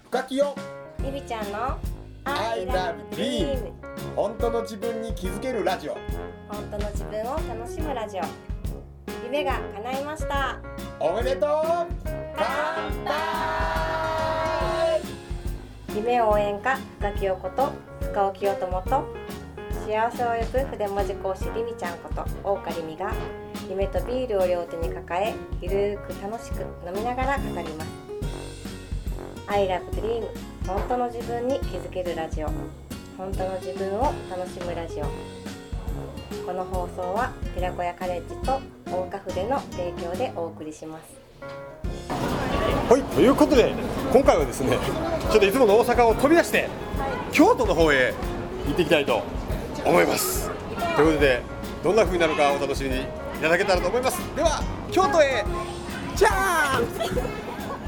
深きよゆりちゃんの I love dream 本当の自分に気づけるラジオ。 本当の自分を楽しむラジオ。夢が叶いました。 おめでとう。乾杯。 夢応援歌深きよこと深尾清友と幸せを呼ぶ筆文字講師りみちゃんこと大岡りみが夢とビールを両手に抱えゆるく楽しく飲みながら語ります。 I love dream 本当の自分に気づけるラジオ。本当の自分を楽しむラジオ。この放送は寺子屋カレッジと大岡筆の提供でお送りします。 はい、ということで今回はですね、ちょっといつもの大阪を飛び出して、京都の方へ行っていきたいと思います。ということでどんな風になるかお楽しみにいただけたらと思います。では京都へじゃーん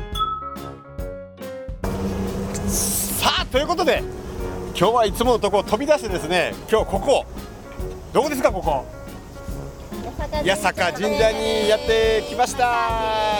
さあ、ということで今日はいつものところ飛び出してですね、今日ここどこですか？ここ八坂神社にやってきました。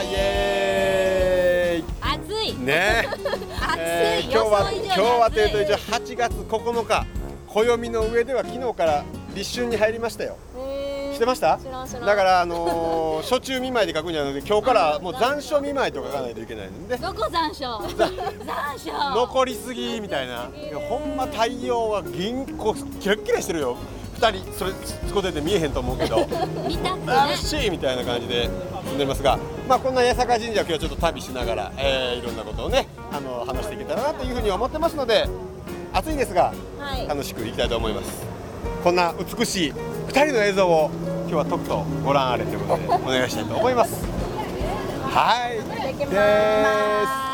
イエーイ。 暑いね今日はというと一応8月9日、暦の上では昨日から立春に入りましたよ。知ってました？だから初中見舞いで書くんじゃなくて、今日からもう残暑見舞いとか書かないといけないんで。 どこ残暑残暑残りすぎみたいな。いやほんま太陽は銀行キラッキラしてるよ。2人そこで見えへんと思うけど見たく楽しいみたいな感じで住んでますが、まあこんな八坂神社を今日ちょっと旅しながら、いろんなことをね話していけたらなというふうに思ってますので、暑いですが、楽しくいきたいと思います。こんな美しい2人の映像を今日はとくとご覧あれということでお願いしたいと思います。はいです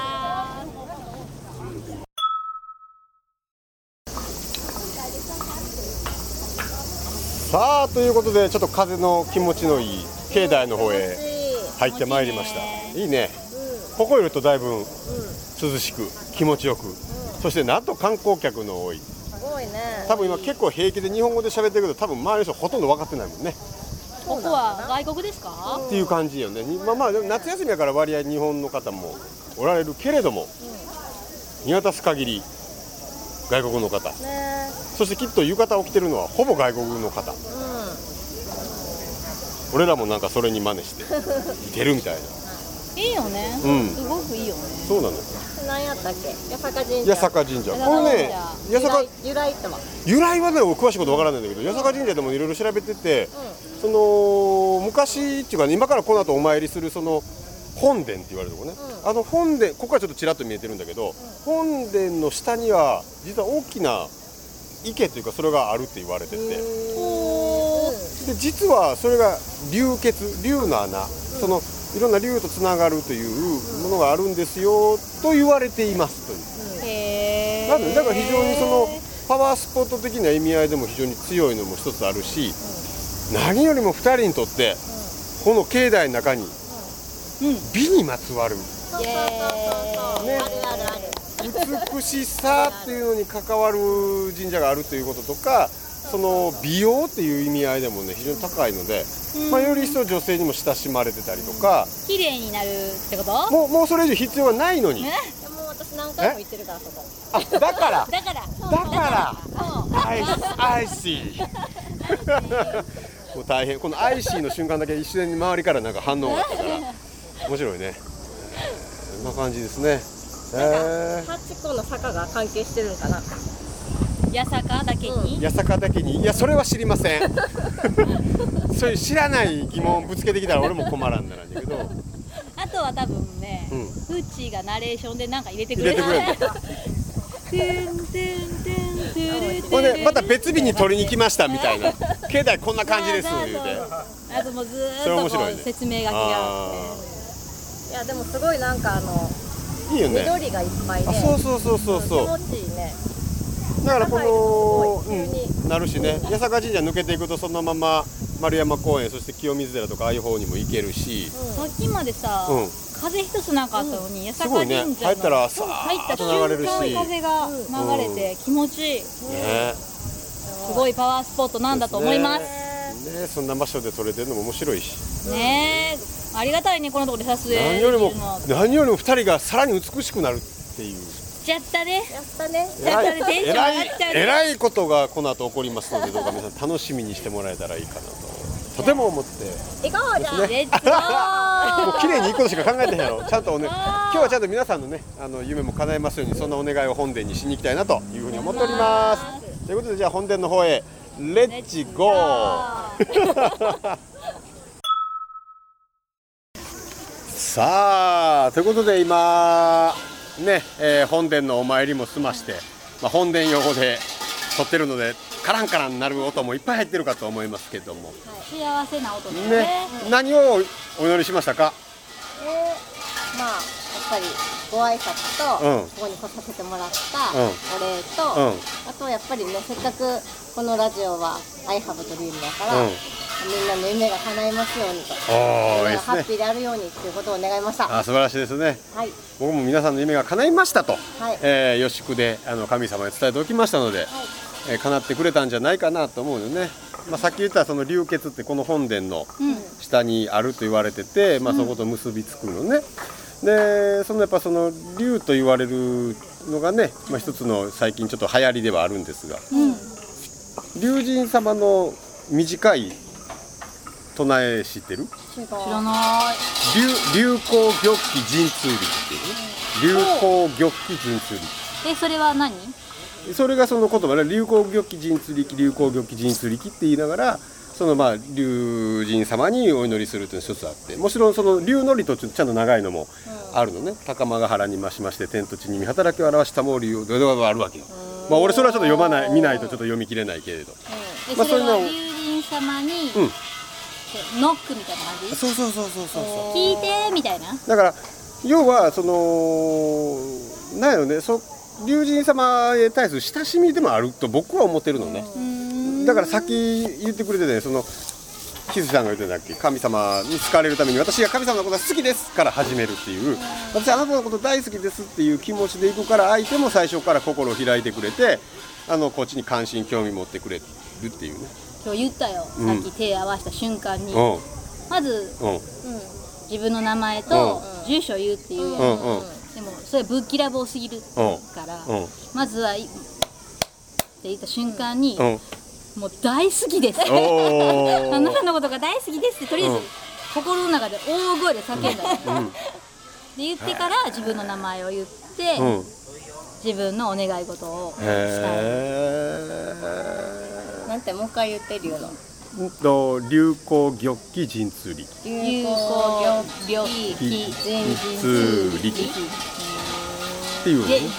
さあ、ということでちょっと風の気持ちのいい境内の方へ入ってまいりました。いいね、ここいるとだいぶ涼しく気持ちよく、そしてなんと観光客の多い、多分今結構平気で日本語で喋ってるけど、多分周りの人ほとんど分かってないもんね。 ここは外国ですか？ っていう感じよね。まあでも夏休みだから割合日本の方もおられるけれども、見渡す限り外国の方、そしてきっと浴衣を着てるのはほぼ外国の方、俺らもなんかそれに真似していけるみたいな。 いいよね、すごくいいよね。 そうなのよ。 何やったっけ？八坂神社。 八坂神社。これね、 由来っては？ 由来はね、詳しいことわからないんだけど、八坂神社でもいろいろ調べてて、その昔っていうかね、今からこの後お参りするその本殿って言われるとこね、本殿、ここはちょっとちらっと見えてるんだけど、本殿の下には実は大きな池というかそれがあるって言われてて、で実はそれが龍の穴、そのいろんな龍とつながるというものがあるんですよと言われていますという。なのでだから非常にそのパワースポット的な意味合いでも非常に強いのも一つあるし、何よりも2人にとってこの境内の中に美にまつわる、美しさっていうのに関わる神社があるということとか、その美容っていう意味合いでもね非常に高いので、より一層女性にも親しまれてたりとか、 綺麗になるってこと？ もうそれ以上必要はないのに。 もう私何回も行ってるからそこ。 だからアイシーもう大変、このアイシーの瞬間だけ一瞬に周りからなんか反応があったから面白いね。こんな感じですね。 8個の坂が関係してるんかな。 八坂だけに？ 八坂だけに、いやそれは知りませんそういう知らない疑問をぶつけてきたら俺も困らんならんだけど、 あとは多分ね、うっちーがナレーションでなんか入れてく入れる。 れてくれるこれでまた別日に取りに来ましたみたいな、境内こんな感じです言うて、 あともうずーっそれと面白いね。 説明書きがあって、 いやでもすごいなんかいいよね。 緑がいっぱいで、 そう気持ちいいね。 だからこの、 急になるしね、八坂神社抜けていくとそのまま丸山公園、そして清水寺とかああいう方にも行けるし、 さっきまでさ、風一つなかったのに、八坂すごいね、 神社の入ったらさ入ったーっと流れるし、 瞬間風が流れて気持ちいい、 ね、 すごいパワースポットなんだと思いますね。そんな場所で撮れてるのも面白いしね。ありがたいね、このところで撮影何よりも2人がさらに美しくなるっていうちゃったね。 やったね。 やったね。テンション上がっちゃうね。 えらいことがこの後起こりますので、どうか皆さん楽しみにしてもらえたらいいかなとても思って。 行こうじゃあ。 レッツゴー。 もう綺麗にいくことしか考えてへんやろ。ちゃんと今日はちゃんと皆さんのね夢も叶えますように、そんなお願いを本殿にしに行きたいなというふうに思っております。ということで、じゃあ本殿の方へレッツゴー。さあ、ということで今ね、本殿のお参りも済まして、本殿用語で撮ってるのでカランカランなる音もいっぱい入ってるかと思いますけども、 幸せな音ですねね。 何をお祈りしましたか？ まあやっぱりご挨拶と、 うんここに来させてもらったうんお礼と、 うんあとやっぱりね、せっかくこのラジオは「I have dream」だから、 うんみんなの夢が叶いますようにと、 おー、いいみんながですね。 ハッピーであるようにっていうことを願いました。 素晴らしいですね。 はい僕も皆さんの夢が叶いましたと、 はい予祝で神様に伝えておきましたので、叶ってくれたんじゃないかなと思うのね。さっき言ったその流血ってこの本殿の下にあると言われてて、そこと結びつくのね。でやっぱその龍と言われるのがね、一つの最近ちょっと流行りではあるんですが、龍神様の短い唱え知ってる？ 知らない。 流行玉器神通力っていうね。流行玉器神通力。 それは何？ それがその言葉で流行玉器神通力、流行玉器神通力って言いながら、その龍神様にお祈りするというのが一つあって、もちろんその龍のりとちゃんと長いのもあるのね。高間ヶ原に増しまして天と地に見働きを表したもう龍があるわけよ。俺それはちょっと見ないとちょっと読み切れないけれど、 それは龍神様にノックみたいな感じ？ そう聞いてみたいな。 だから要はそのなんやろね、龍神様へ対する親しみでもあると僕は思ってるのね。だからさっき言ってくれてね、その木津さんが言ってたんだっけ、神様に好かれるために私が神様のことが好きですから始めるっていう、私あなたのこと大好きですっていう気持ちでいくから、相手も最初から心を開いてくれて、こっちに関心興味持ってくれるっていうね。 今日言ったよ、さっき手合わせた瞬間に、まず、自分の名前と住所言うっていうやん。でもそれぶっきらぼうすぎるから、まずはって言った瞬間に、もう大好きですあなたのことが大好きですってとりあえず心の中で大声で叫んだよ、で言ってから自分の名前を言って、自分のお願い事をしたい。 なんてもう一回言ってるよの。 流行玉器神通力。 流行玉器神通力っていうのね。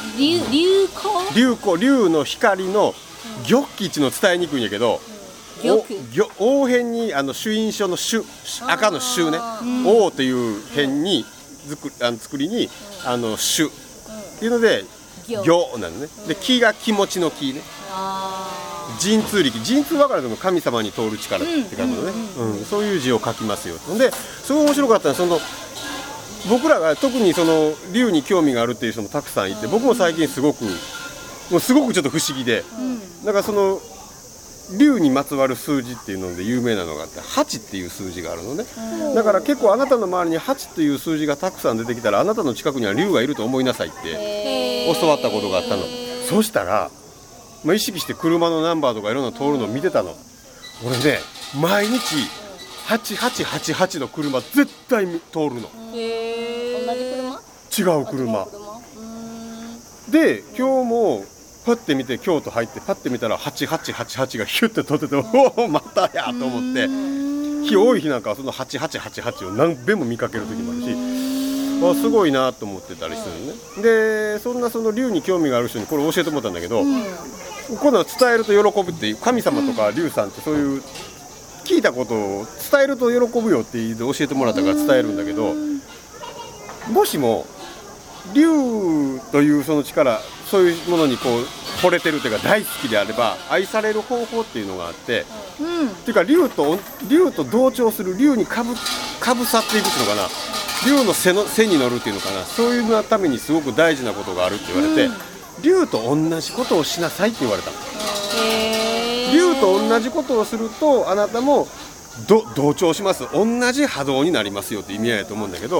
流の光の玉器っていうのを伝えにくいんやけど、王辺に朱印書の朱、赤の朱ね、王という辺に作りに朱っていうので行なのね。で木が気持ちの木ね。神通力、神通分からでも神様に通る力って書くのね。そういう字を書きますよ。ですごい面白かったのは僕らが特にその龍に興味があるっていう人もたくさんいて、僕も最近すごくちょっと不思議で、だからその龍にまつわる数字っていうので有名なのがあって、8っていう数字があるのね。だから結構あなたの周りに8という数字がたくさん出てきたら、あなたの近くには龍がいると思いなさいって教わったことがあったの。そしたら、意識して車のナンバーとかいろんな通るのを見てたの。俺ね、毎日8888の車絶対通るの。 同じ車？違う車。で今日もパッて見て京都入ってパッて見たら8888がヒュッて通ってて、おおまたやと思って、日多い日なんかはその8888を何遍も見かける時もあるし、すごいなと思ってたりするのね。でその龍に興味がある人にこれ教えてもらったんだけど、今度は伝えると喜ぶっていう、神様とか龍さんってそういう聞いたことを伝えると喜ぶよって教えてもらったから伝えるんだけど、もしも龍というその力、そういうものに惚れてるというか大好きであれば、愛される方法っていうのがあって、っていうか龍と同調する、龍にかぶさっていくっていうのかな、龍の背に乗るっていうのかな、そういうのためにすごく大事なことがあるって言われて、龍と同じことをしなさいって言われたの。龍と同じことをするとあなたも同調します、同じ波動になりますよって意味合いだと思うんだけど、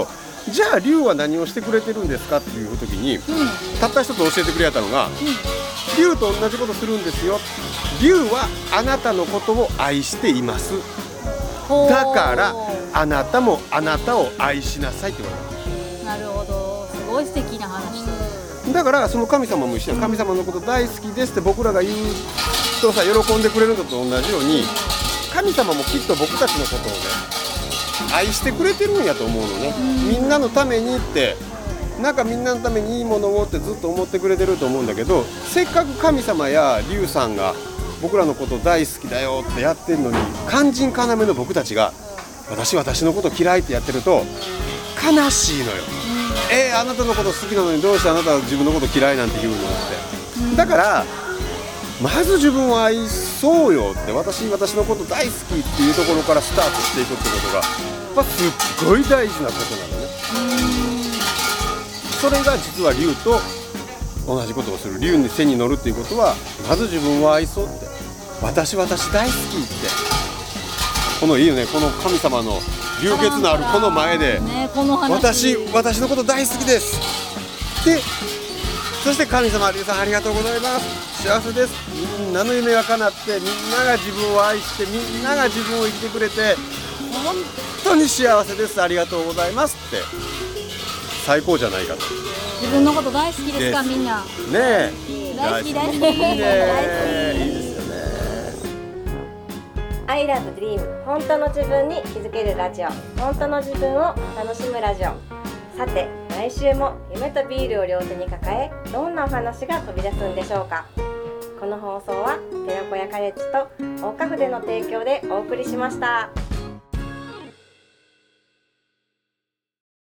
じゃあ龍は何をしてくれてるんですかっていう時に、たった一つ教えてくれたのが、龍と同じことするんですよ。龍はあなたのことを愛しています。だからあなたもあなたを愛しなさいって言われた。 なるほど、すごい素敵な話。 だからその神様も一緒や、神様のこと大好きですって僕らが言うとさ、喜んでくれるのと同じように、神様もきっと僕たちのことをね愛してくれてるんやと思うのね。みんなのためにって、なんかみんなのためにいいものをってずっと思ってくれてると思うんだけど、せっかく神様や龍さんが僕らのこと大好きだよってやってるのに、肝心要の僕たちが私のこと嫌いってやってると悲しいのよ。あなたのこと好きなのにどうしてあなたは自分のこと嫌いなんて言うのって。だからまず自分を愛そうよって、私のこと大好きっていうところからスタートしていくってことが、すっごい大事なことなのね。それが実は龍と同じことをする。龍に背に乗るっていうことは、まず自分を愛そうって、私大好きって、このいいよね、この神様の流血のあるこの前で、私のこと大好きですで、そして神様、龍さんありがとうございます、幸せです、みんなの夢が叶って、みんなが自分を愛して、みんなが自分を生きてくれて本当に幸せです、ありがとうございますって、最高じゃないかと。 自分のこと大好きですか、みんな。 ねえ、 大好き大好き。 いいね、いいですよね。 I love dream 本当の自分に気づけるラジオ、本当の自分を楽しむラジオ。さて来週も夢とビールを両手に抱え、どんなお話が飛び出すんでしょうか。この放送は寺子屋カレッジと大花筆の提供でお送りしました。